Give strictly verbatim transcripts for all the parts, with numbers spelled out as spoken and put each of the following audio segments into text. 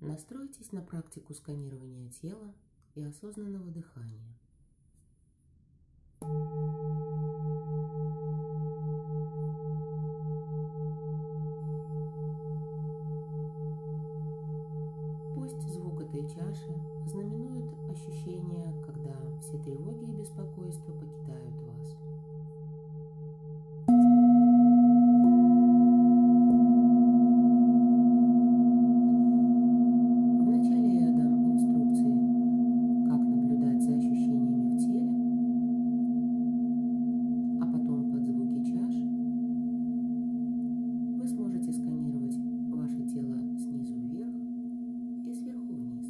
Настройтесь на практику сканирования тела и осознанного дыхания. Пусть звук этой чаши знаменует ощущение, когда все тревоги и беспокойства покидают вас. Вначале я дам инструкции, как наблюдать за ощущениями в теле, а потом под звуки чаш вы сможете сканировать ваше тело снизу вверх и сверху вниз.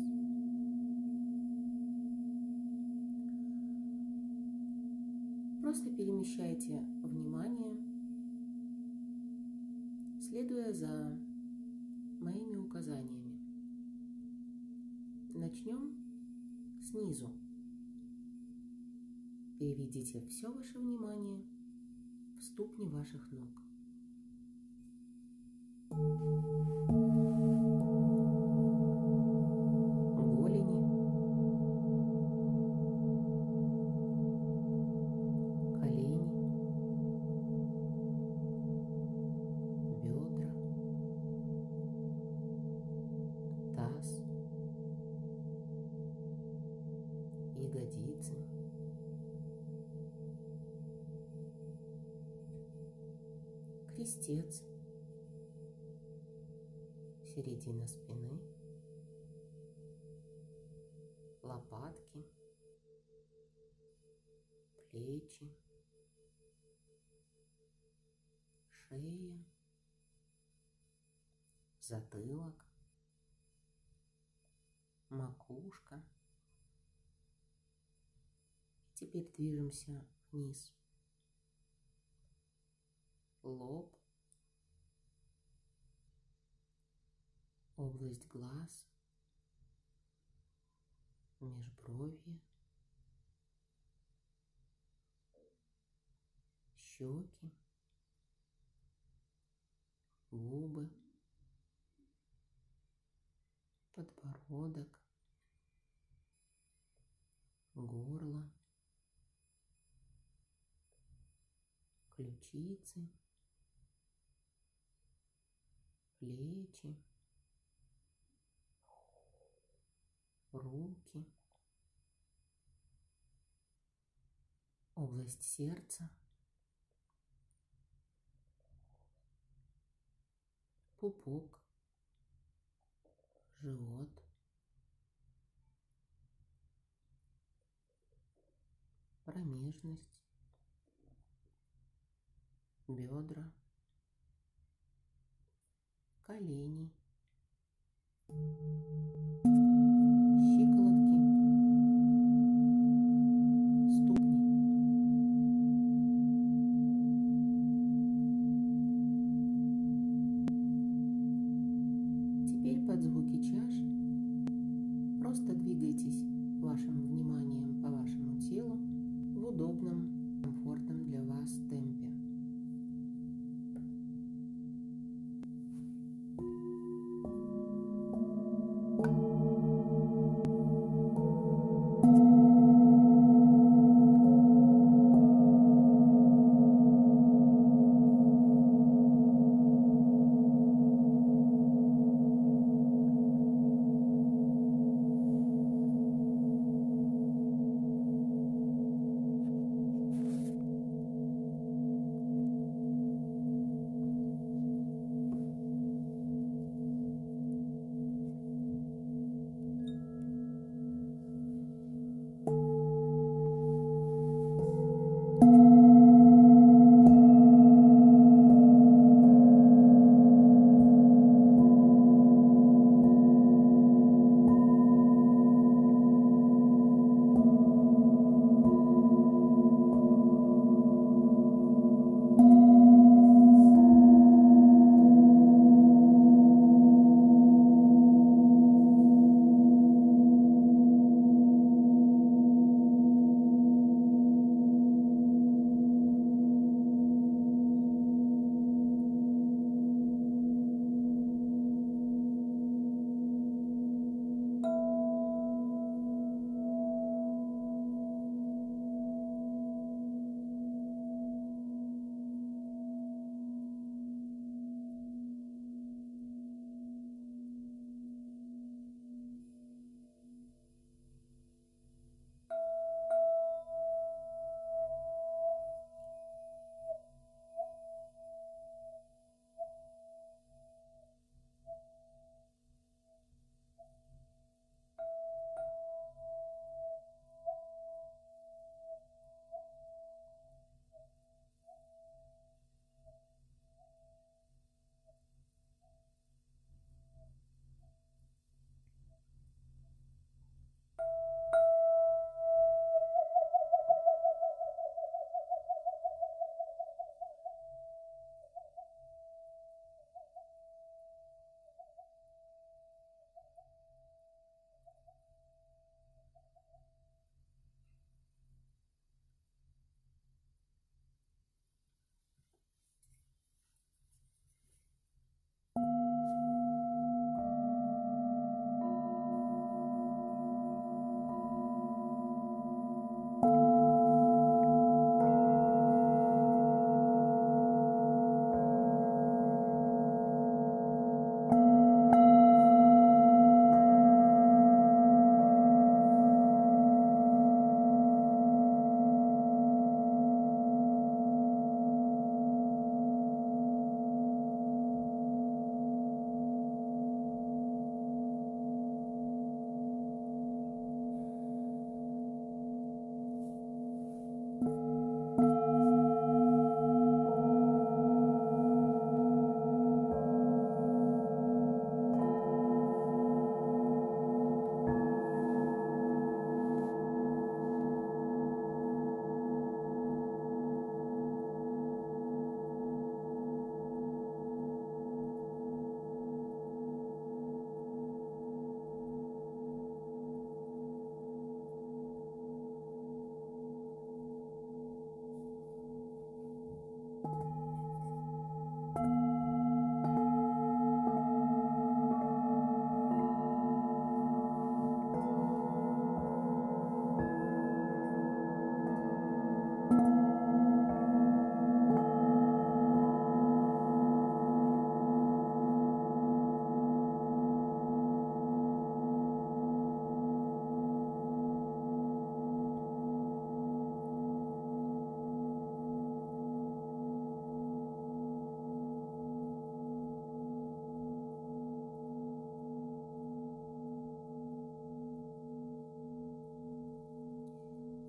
Просто перемещайте внимание, следуя за моими указаниями. Начнем снизу. Переведите все ваше внимание в ступни ваших ног. Голени, колени, бедра, таз, ягодицы, крестец, середина спины, лопатки, плечи, шея, затылок, макушка. Теперь движемся вниз. Лоб, область глаз, межбровье, щеки, губы, подбородок, горло, ключицы, плечи, руки, область сердца, пупок, живот, промежность, бедра, колени, щиколотки, ступни. Теперь под звуки чаш просто двигайтесь вашим вниманием по вашему телу в удобном, комфортном для вас темпе.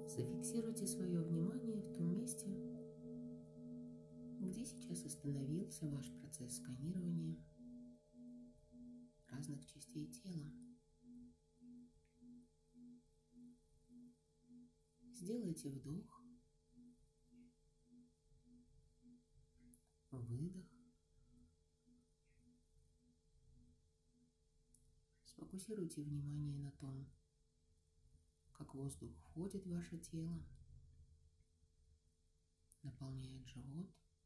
Зафиксируйте свое внимание в том месте, где сейчас остановился ваш процесс сканирования разных частей тела. Сделайте вдох, выдох. Сфокусируйте внимание на том, как воздух входит в ваше тело, наполняет живот.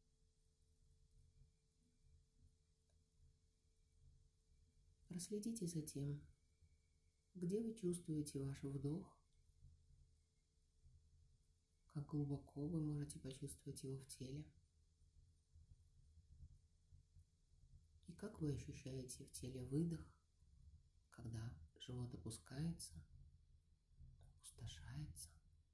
Проследите за тем, где вы чувствуете ваш вдох, как глубоко вы можете почувствовать его в теле, и как вы ощущаете в теле выдох, когда живот опускается, опустошается.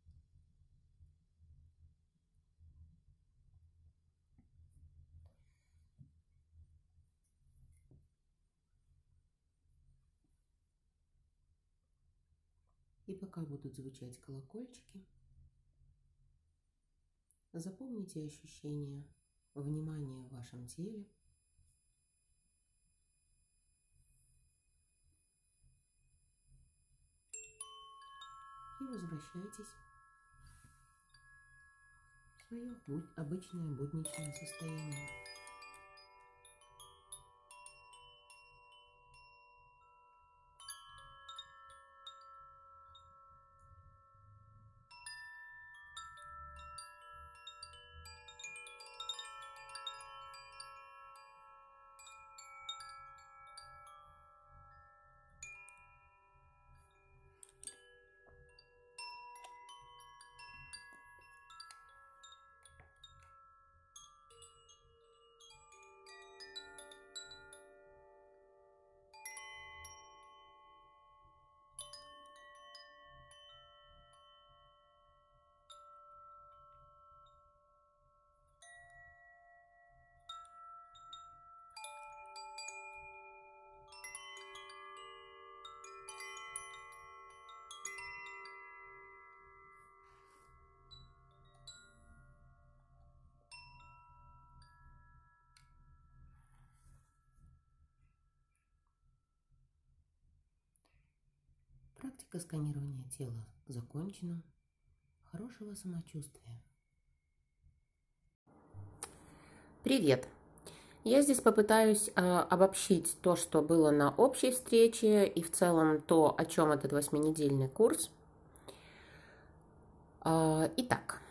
И пока будут звучать колокольчики, запомните ощущение внимания в вашем теле. И возвращайтесь в свое обычное будничное состояние. Практика сканирования тела закончена. Хорошего самочувствия. Привет! Я здесь попытаюсь э, обобщить то, что было на общей встрече, и в целом то, о чем этот восьминедельный курс. Э, итак,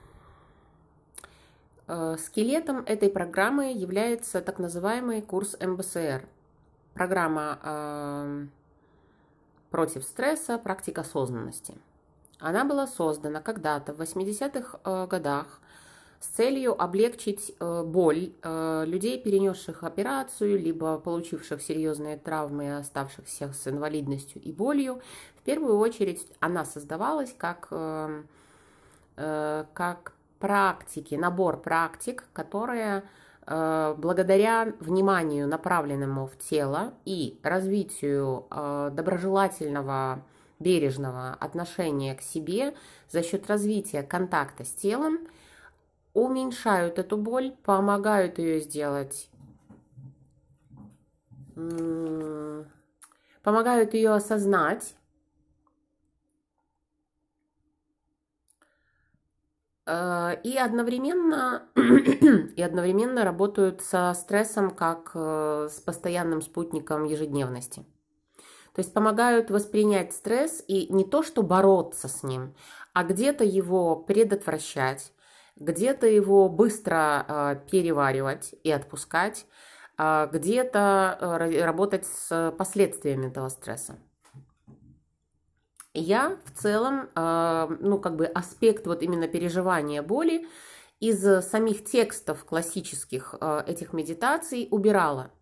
э, скелетом этой программы является так называемый курс эм бэ эс эр. Программа э, против стресса, практика осознанности. Она была создана когда-то в восьмидесятых э, годах с целью облегчить э, боль э, людей, перенесших операцию, либо получивших серьезные травмы и оставшихся с инвалидностью и болью. В первую очередь она создавалась как, э, э, как практики, набор практик, которые э, благодаря вниманию, направленному в тело, и развитию э, доброжелательного, бережного отношения к себе за счет развития контакта с телом уменьшают эту боль, помогают ее сделать, помогают ее осознать и одновременно, и одновременно работают со стрессом как с постоянным спутником ежедневности. То есть помогают воспринять стресс и не то, что бороться с ним, а где-то его предотвращать, где-то его быстро э, переваривать и отпускать, э, где-то э, работать с последствиями этого стресса. Я в целом, э, ну как бы аспект вот именно переживания боли из самих текстов классических э, этих медитаций убирала.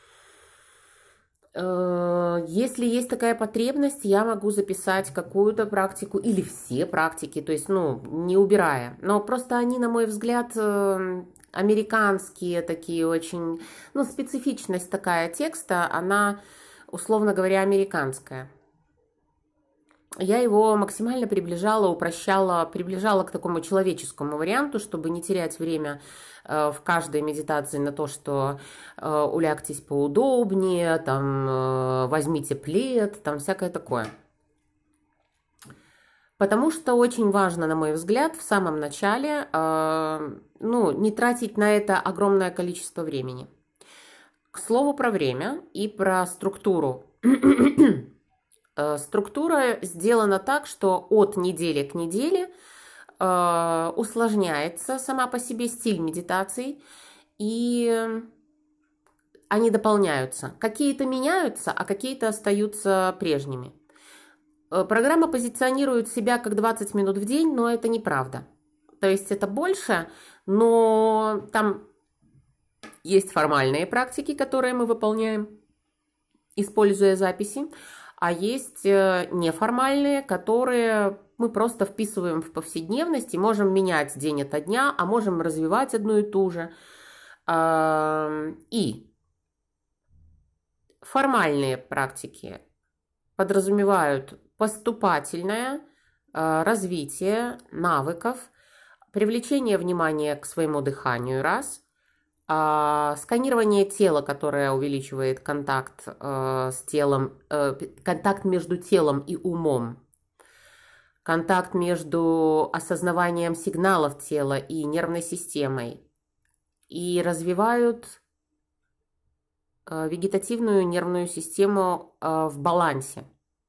Если есть такая потребность, я могу записать какую-то практику или все практики, то есть, ну, не убирая. Но просто они, на мой взгляд, американские такие очень, ну, специфичность такая текста, она, условно говоря, американская. я его максимально приближала, упрощала, приближала к такому человеческому варианту, чтобы не терять время э, в каждой медитации на то, что э, улягтесь поудобнее, там, э, возьмите плед, там всякое такое. Потому что очень важно, на мой взгляд, в самом начале э, ну, не тратить на это огромное количество времени. К слову про время и про структуру. Структура сделана так, что от недели к неделе э, усложняется сама по себе стиль медитаций, и они дополняются. Какие-то меняются, а какие-то остаются прежними. Программа позиционирует себя как двадцать минут в день, но это неправда. То есть это больше, но там есть формальные практики, которые мы выполняем, используя записи. А есть неформальные, которые мы просто вписываем в повседневность и можем менять день ото дня, а можем развивать одну и ту же. И формальные практики подразумевают поступательное развитие навыков, привлечение внимания к своему дыханию, раз – А, сканирование тела, которое увеличивает контакт э, с телом, э, контакт между телом и умом, контакт между осознаванием сигналов тела и нервной системой, и развивают э, вегетативную нервную систему э, в балансе.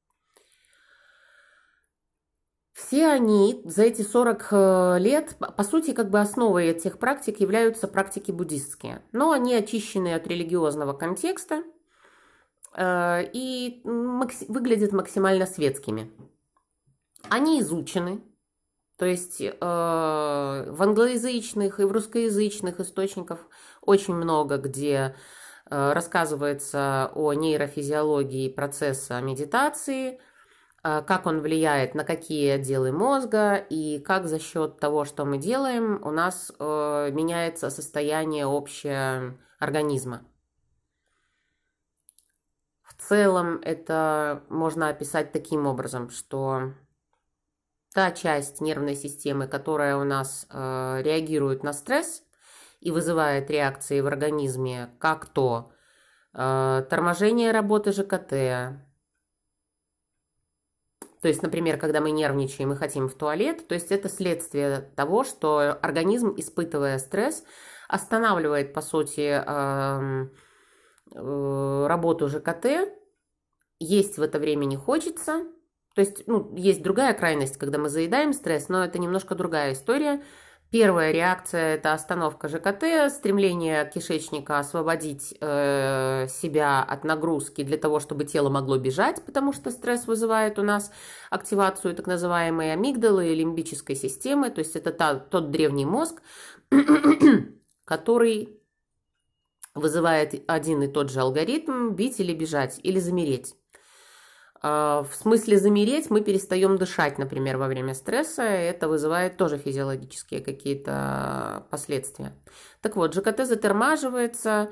Все они за эти сорок лет, по сути, как бы основой этих практик являются практики буддистские. Но они очищены от религиозного контекста э, и макс- выглядят максимально светскими. Они изучены, то есть э, в англоязычных и в русскоязычных источниках очень много, где э, рассказывается о нейрофизиологии процесса медитации, как он влияет на какие отделы мозга и как за счет того, что мы делаем, у нас э, меняется состояние общее организма. В целом это можно описать таким образом, что та часть нервной системы, которая у нас э, реагирует на стресс и вызывает реакции в организме, как то э, торможение работы ЖКТ. То есть, например, когда мы нервничаем и хотим в туалет, то есть это следствие того, что организм, испытывая стресс, останавливает, по сути, работу ЖКТ, есть в это время не хочется. То есть, ну, есть другая крайность, когда мы заедаем стресс, но это немножко другая история. Первая реакция – это остановка ЖКТ, стремление кишечника освободить э, себя от нагрузки для того, чтобы тело могло бежать, потому что стресс вызывает у нас активацию так называемой амигдалы и лимбической системы, то есть это та, тот древний мозг, который вызывает один и тот же алгоритм – бить или бежать, или замереть. В смысле замереть мы перестаем дышать, например, во время стресса, и это вызывает тоже физиологические какие-то последствия. Так вот, ЖКТ затормаживается,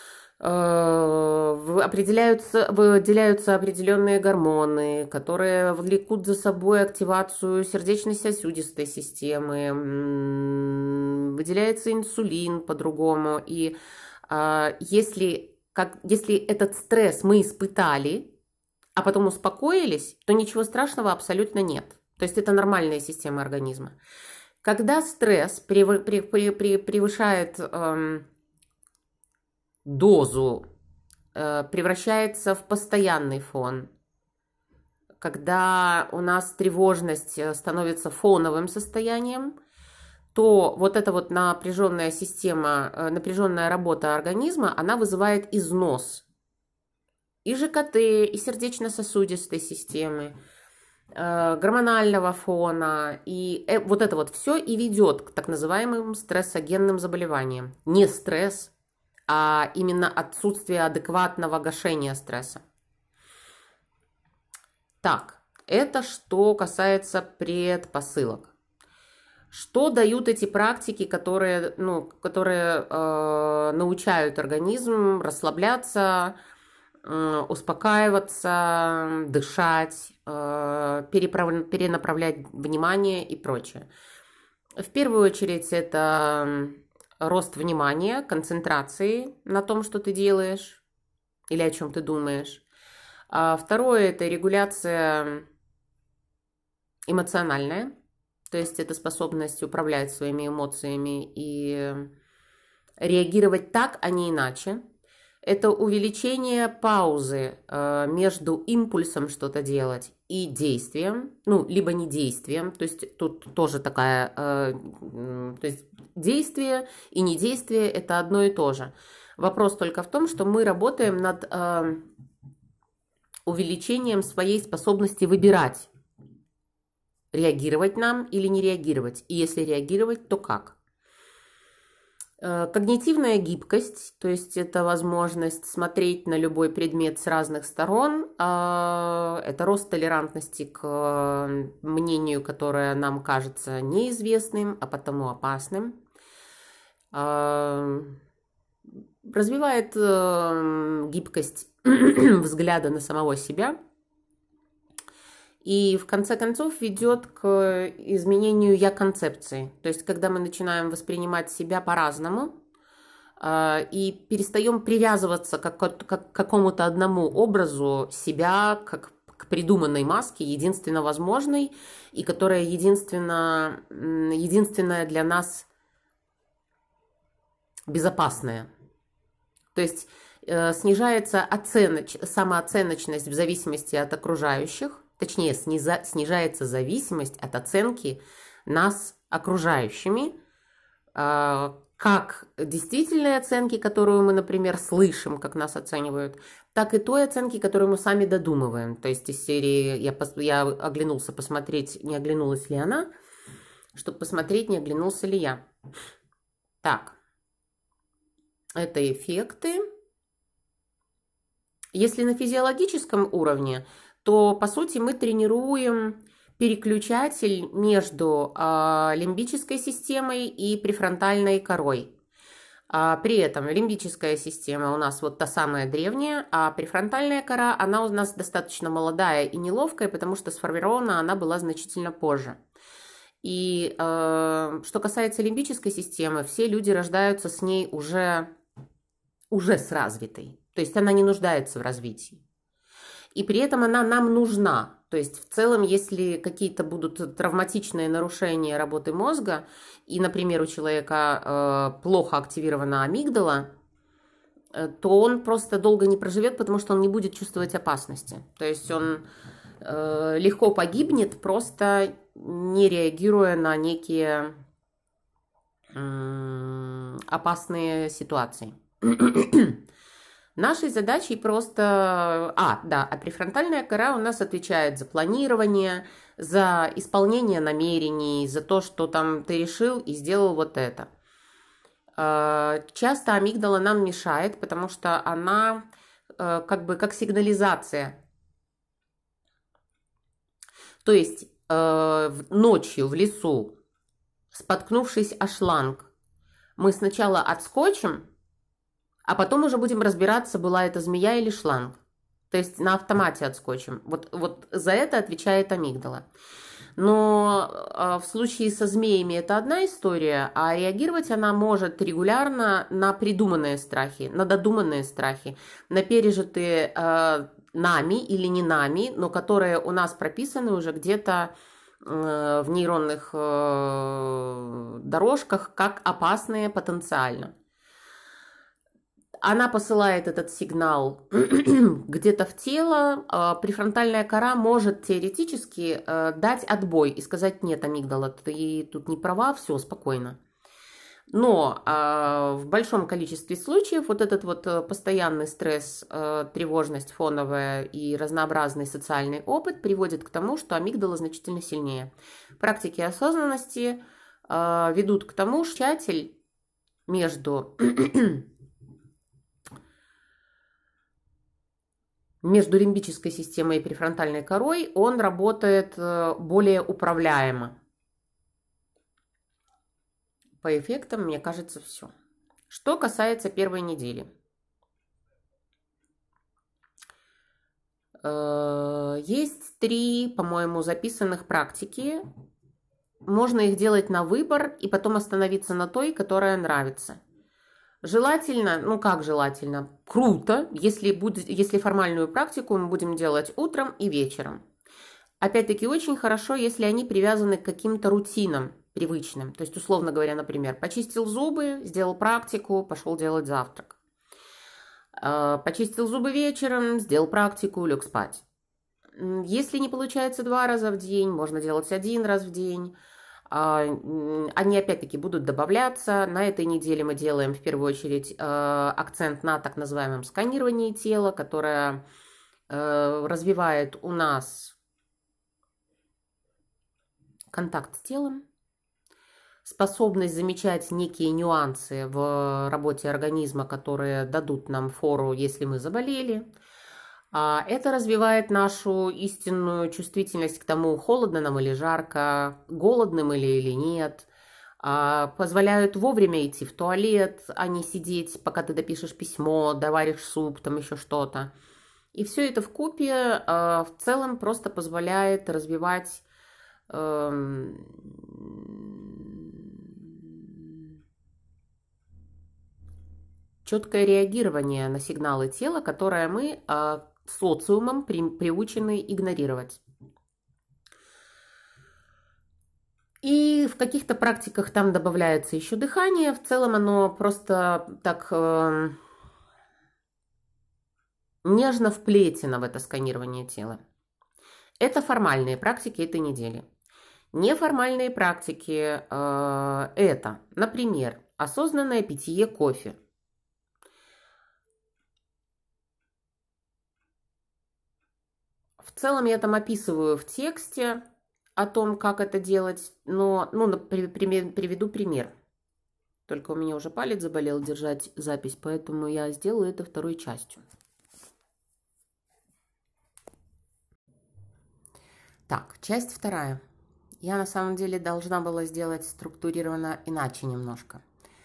определяются, выделяются определенные гормоны, которые влекут за собой активацию сердечно-сосудистой системы, выделяется инсулин по-другому. И если, как, если этот стресс мы испытали, а потом успокоились, то ничего страшного абсолютно нет. То есть это нормальная система организма. Когда стресс превышает эм, дозу, э, превращается в постоянный фон, когда у нас тревожность становится фоновым состоянием, то вот эта вот напряженная система, напряженная работа организма, она вызывает износ и ЖКТ, и сердечно-сосудистой системы, э, гормонального фона, и э, вот это вот все и ведет к так называемым стрессогенным заболеваниям. Не стресс, а именно отсутствие адекватного гашения стресса. Так, это что касается предпосылок. Что дают эти практики, которые, ну, которые э, научают организм расслабляться, успокаиваться, дышать, перенаправлять внимание и прочее. В первую очередь это рост внимания, концентрации на том, что ты делаешь или о чем ты думаешь. А второе – это регуляция эмоциональная, то есть это способность управлять своими эмоциями и реагировать так, а не иначе. Это увеличение паузы э, между импульсом что-то делать и действием, ну, либо не действием, то есть тут тоже такая, э, то есть действие и недействие – это одно и то же. Вопрос только в том, что мы работаем над э, увеличением своей способности выбирать, реагировать нам или не реагировать, и если реагировать, то как. Когнитивная гибкость, то есть это возможность смотреть на любой предмет с разных сторон, это рост толерантности к мнению, которое нам кажется неизвестным, а потому опасным, развивает гибкость взгляда на самого себя и в конце концов ведет к изменению я-концепции. То есть, когда мы начинаем воспринимать себя по-разному э, и перестаем привязываться к, к, к какому-то одному образу себя, как к придуманной маске, единственно возможной, и которая единственно, единственная для нас безопасная. То есть, э, снижается оценоч, самооценочность в зависимости от окружающих, точнее, сниза, снижается зависимость от оценки нас окружающими, э, как действительной оценки, которую мы, например, слышим, как нас оценивают, так и той оценки, которую мы сами додумываем. То есть из серии я, я оглянулся посмотреть, не оглянулась ли она, чтобы посмотреть, не оглянулся ли я. Так, это эффекты. Если на физиологическом уровне, то, по сути, мы тренируем переключатель между э, лимбической системой и префронтальной корой. А, при этом лимбическая система у нас вот та самая древняя, а префронтальная кора, она у нас достаточно молодая и неловкая, потому что сформирована она была значительно позже. И э, что касается лимбической системы, все люди рождаются с ней уже, уже с развитой. То есть она не нуждается в развитии. И при этом она нам нужна. То есть в целом, если какие-то будут травматичные нарушения работы мозга, и, например, у человека э, плохо активирована амигдала, э, то он просто долго не проживет, потому что он не будет чувствовать опасности. То есть он э, легко погибнет, просто не реагируя на некие э, опасные ситуации. Нашей задачей просто... А, да, а префронтальная кора у нас отвечает за планирование, за исполнение намерений, за то, что там ты решил и сделал вот это. Часто амигдала нам мешает, потому что она как бы как сигнализация. То есть ночью в лесу, споткнувшись о шланг, мы сначала отскочим, а потом уже будем разбираться, была это змея или шланг. То есть на автомате отскочим. Вот, вот за это отвечает амигдала. Но э, в случае со змеями это одна история, а реагировать она может регулярно на придуманные страхи, на додуманные страхи, на пережитые э, нами или не нами, но которые у нас прописаны уже где-то э, в нейронных э, дорожках как опасные потенциально. Она посылает этот сигнал где-то в тело. Префронтальная кора может теоретически дать отбой и сказать: нет, амигдала, ты тут не права, все, спокойно. Но в большом количестве случаев вот этот вот постоянный стресс, тревожность фоновая и разнообразный социальный опыт приводит к тому, что амигдала значительно сильнее. Практики осознанности ведут к тому, что чатель между... между лимбической системой и префронтальной корой, он работает более управляемо. По эффектам, мне кажется, все. Что касается первой недели. Есть три, по-моему, записанных практики. Можно их делать на выбор и потом остановиться на той, которая нравится. Желательно, ну как желательно, круто, если, будет, если формальную практику мы будем делать утром и вечером. Опять-таки очень хорошо, если они привязаны к каким-то рутинам привычным. То есть, условно говоря, например, почистил зубы, сделал практику, пошел делать завтрак. Почистил зубы вечером, сделал практику, лег спать. Если не получается два раза в день, можно делать один раз в день. Они опять-таки будут добавляться. На этой неделе мы делаем в первую очередь акцент на так называемом сканировании тела, которое развивает у нас контакт с телом, способность замечать некие нюансы в работе организма, которые дадут нам фору, если мы заболели. Это развивает нашу истинную чувствительность к тому, холодно нам или жарко, голодны мы ли или нет. Позволяют вовремя идти в туалет, а не сидеть, пока ты допишешь письмо, доваришь суп, там еще что-то. И все это вкупе в целом просто позволяет развивать четкое реагирование на сигналы тела, которое мы социумом при, приучены игнорировать. И в каких-то практиках там добавляется еще дыхание. В целом оно просто так э, нежно вплетено в это сканирование тела. Это формальные практики этой недели. Неформальные практики э, это, например, осознанное питье кофе. В целом я там описываю в тексте о том, как это делать, но ну, приведу пример. Только у меня уже палец заболел держать запись, поэтому я сделаю это второй частью. Так, часть вторая. Я на самом деле должна была сделать структурированно иначе немножко.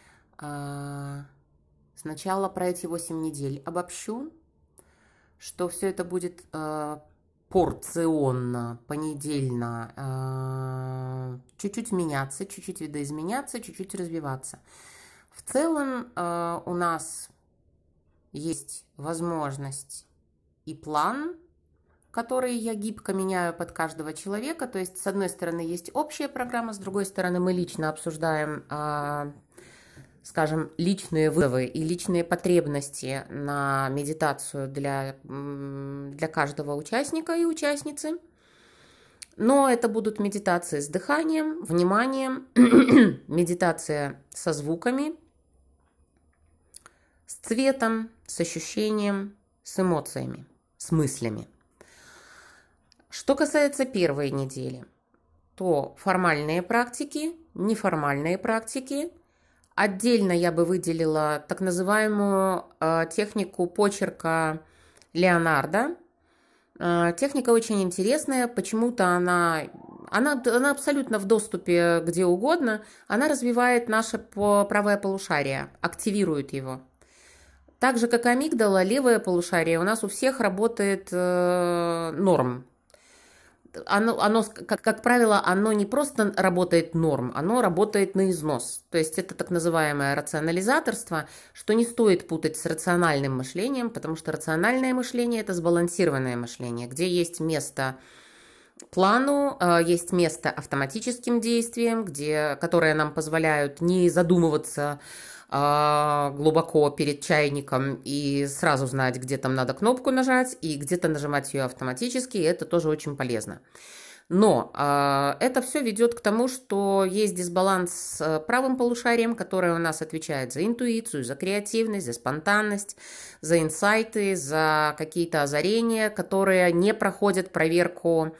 Сначала про эти восемь недель обобщу, что все это будет порционно, понедельно, чуть-чуть меняться, чуть-чуть видоизменяться, чуть-чуть развиваться. В целом у нас есть возможность и план, который я гибко меняю под каждого человека. То есть, с одной стороны, есть общая программа, с другой стороны, мы лично обсуждаем, скажем, личные вызовы и личные потребности на медитацию для, для каждого участника и участницы. Но это будут медитации с дыханием, вниманием, медитация со звуками, с цветом, с ощущением, с эмоциями, с мыслями. Что касается первой недели, то формальные практики, неформальные практики. Отдельно я бы выделила так называемую э, технику почерка Леонардо. Э, техника очень интересная, почему-то она, она, она абсолютно в доступе где угодно. Она развивает наше правое полушарие, активирует его. Так же, как амигдала, левое полушарие у нас у всех работает э, норм. Оно, оно как, как правило, оно не просто работает норм, оно работает на износ. То есть это так называемое рационализаторство, что не стоит путать с рациональным мышлением, потому что рациональное мышление – это сбалансированное мышление, где есть место плану, есть место автоматическим действиям, где, которые нам позволяют не задумываться глубоко перед чайником и сразу знать, где там надо кнопку нажать, и где-то нажимать ее автоматически, и это тоже очень полезно. Но э, это все ведет к тому, что есть дисбаланс с правым полушарием, которое у нас отвечает за интуицию, за креативность, за спонтанность, за инсайты, за какие-то озарения, которые не проходят проверку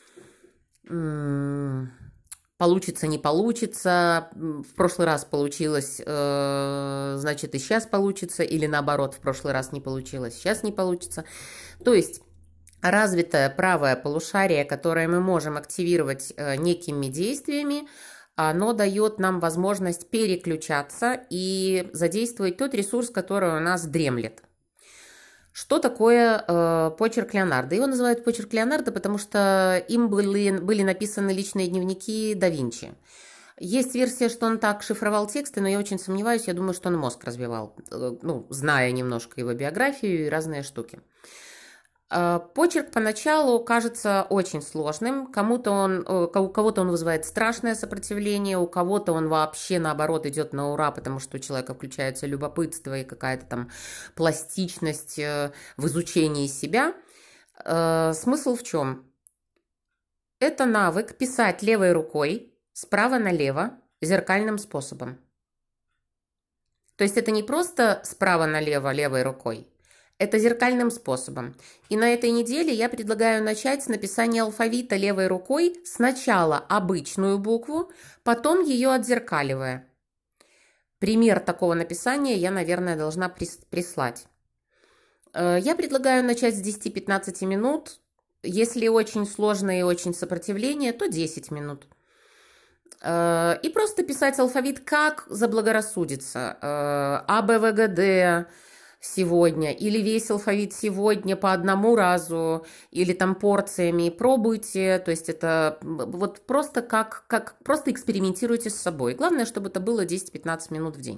м- получится, не получится, в прошлый раз получилось, э, значит и сейчас получится, или наоборот, в прошлый раз не получилось, сейчас не получится. То есть развитое правое полушарие, которое мы можем активировать э, некими действиями, оно дает нам возможность переключаться и задействовать тот ресурс, который у нас дремлет. Что такое э, почерк Леонардо? Его называют почерк Леонардо, потому что им были, были написаны личные дневники да Винчи. Есть версия, что он так шифровал тексты, но я очень сомневаюсь, я думаю, что он мозг развивал, э, ну, зная немножко его биографию и разные штуки. Э, Почерк поначалу кажется очень сложным, кому-то он, э, у кого-то он вызывает страшное сопротивление, у кого-то он вообще наоборот идет на ура, потому что у человека включается любопытство и какая-то там пластичность э, в изучении себя. Э, Смысл в чем? Это навык писать левой рукой справа налево зеркальным способом. То есть это не просто справа налево левой рукой, это зеркальным способом. И на этой неделе я предлагаю начать с написания алфавита левой рукой, сначала обычную букву, потом ее отзеркаливая. Пример такого написания я, наверное, должна прислать. Я предлагаю начать с десяти-пятнадцати минут. Если очень сложное и очень сопротивление, то десять минут. И просто писать алфавит как заблагорассудится. А, Б, В, Г, Д сегодня, или весь алфавит сегодня по одному разу, или там порциями. Пробуйте, то есть это вот просто как, как просто экспериментируйте с собой. Главное, чтобы это было десять-пятнадцать минут в день.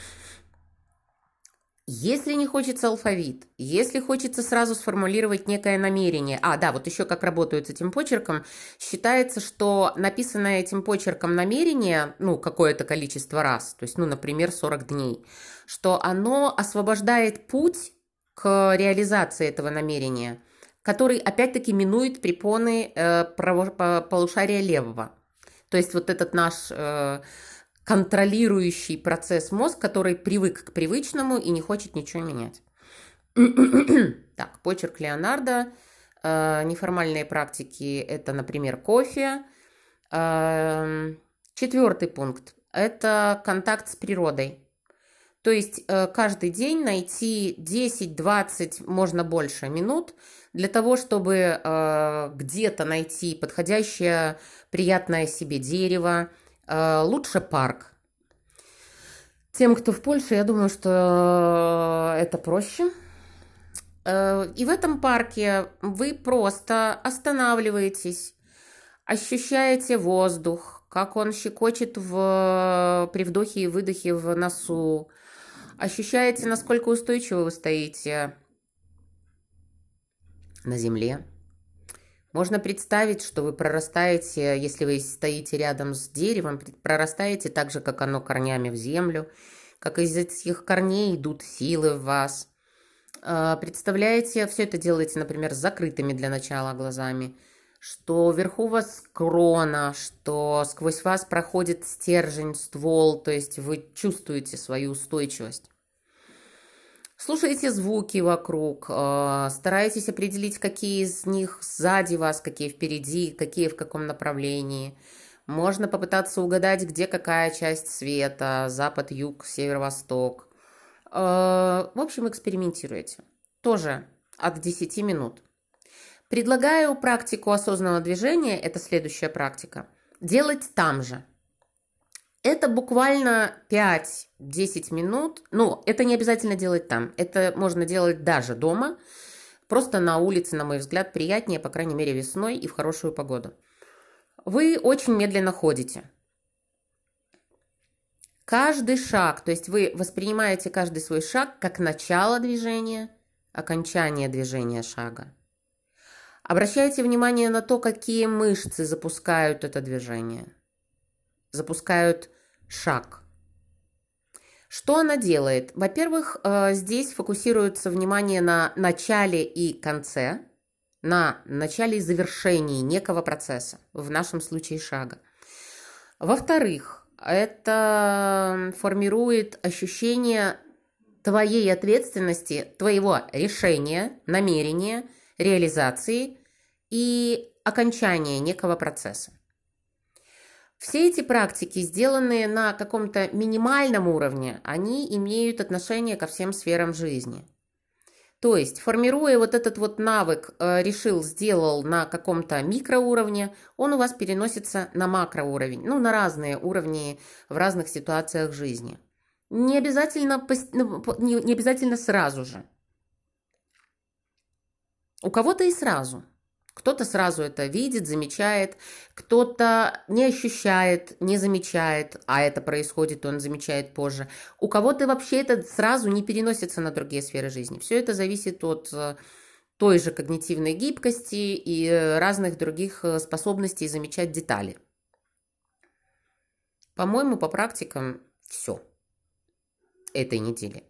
Если не хочется алфавит, если хочется сразу сформулировать некое намерение, а, да, вот еще как работают с этим почерком, считается, что написанное этим почерком намерение, ну, какое-то количество раз, то есть, ну, например, сорок дней, что оно освобождает путь к реализации этого намерения, который, опять-таки, минует препоны э, полушария левого. То есть вот этот наш... Э, контролирующий процесс мозг, который привык к привычному и не хочет ничего менять. Так, почерк Леонардо. Э, неформальные практики – это, например, кофе. Э, четвертый пункт – это контакт с природой. То есть э, каждый день найти десять-двадцать, можно больше, минут для того, чтобы э, где-то найти подходящее, приятное себе дерево, лучше парк. Тем, кто в Польше, я думаю, что это проще. И в этом парке вы просто останавливаетесь, ощущаете воздух, как он щекочет в, при вдохе и выдохе в носу. Ощущаете, насколько устойчиво вы стоите на земле. Можно представить, что вы прорастаете, если вы стоите рядом с деревом, прорастаете так же, как оно, корнями в землю, как из этих корней идут силы в вас. Представляете, все это делаете, например, с закрытыми для начала глазами, что вверху у вас крона, что сквозь вас проходит стержень, ствол, то есть вы чувствуете свою устойчивость. Слушайте звуки вокруг, старайтесь определить, какие из них сзади вас, какие впереди, какие в каком направлении. Можно попытаться угадать, где какая часть света, запад, юг, северо-восток. В общем, экспериментируйте. Тоже от десяти минут. Предлагаю практику осознанного движения, это следующая практика, делать там же. Это буквально пять-десять минут. Ну, это не обязательно делать там. Это можно делать даже дома. Просто на улице, на мой взгляд, приятнее, по крайней мере, весной и в хорошую погоду. Вы очень медленно ходите. Каждый шаг, то есть вы воспринимаете каждый свой шаг как начало движения, окончание движения шага. Обращайте внимание на то, какие мышцы запускают это движение. Запускают шаг. Что она делает? Во-первых, здесь фокусируется внимание на начале и конце, на начале и завершении некого процесса, в нашем случае шага. Во-вторых, это формирует ощущение твоей ответственности, твоего решения, намерения, реализации и окончания некого процесса. Все эти практики, сделанные на каком-то минимальном уровне, они имеют отношение ко всем сферам жизни. То есть, формируя вот этот вот навык, решил, сделал на каком-то микроуровне, он у вас переносится на макроуровень, ну, на разные уровни в разных ситуациях жизни. Не обязательно, не обязательно сразу же. У кого-то и сразу. Кто-то сразу это видит, замечает, кто-то не ощущает, не замечает, а это происходит, он замечает позже. У кого-то вообще это сразу не переносится на другие сферы жизни. Все это зависит от э, той же когнитивной гибкости и э, разных других э, способностей замечать детали. По-моему, по практикам все этой недели.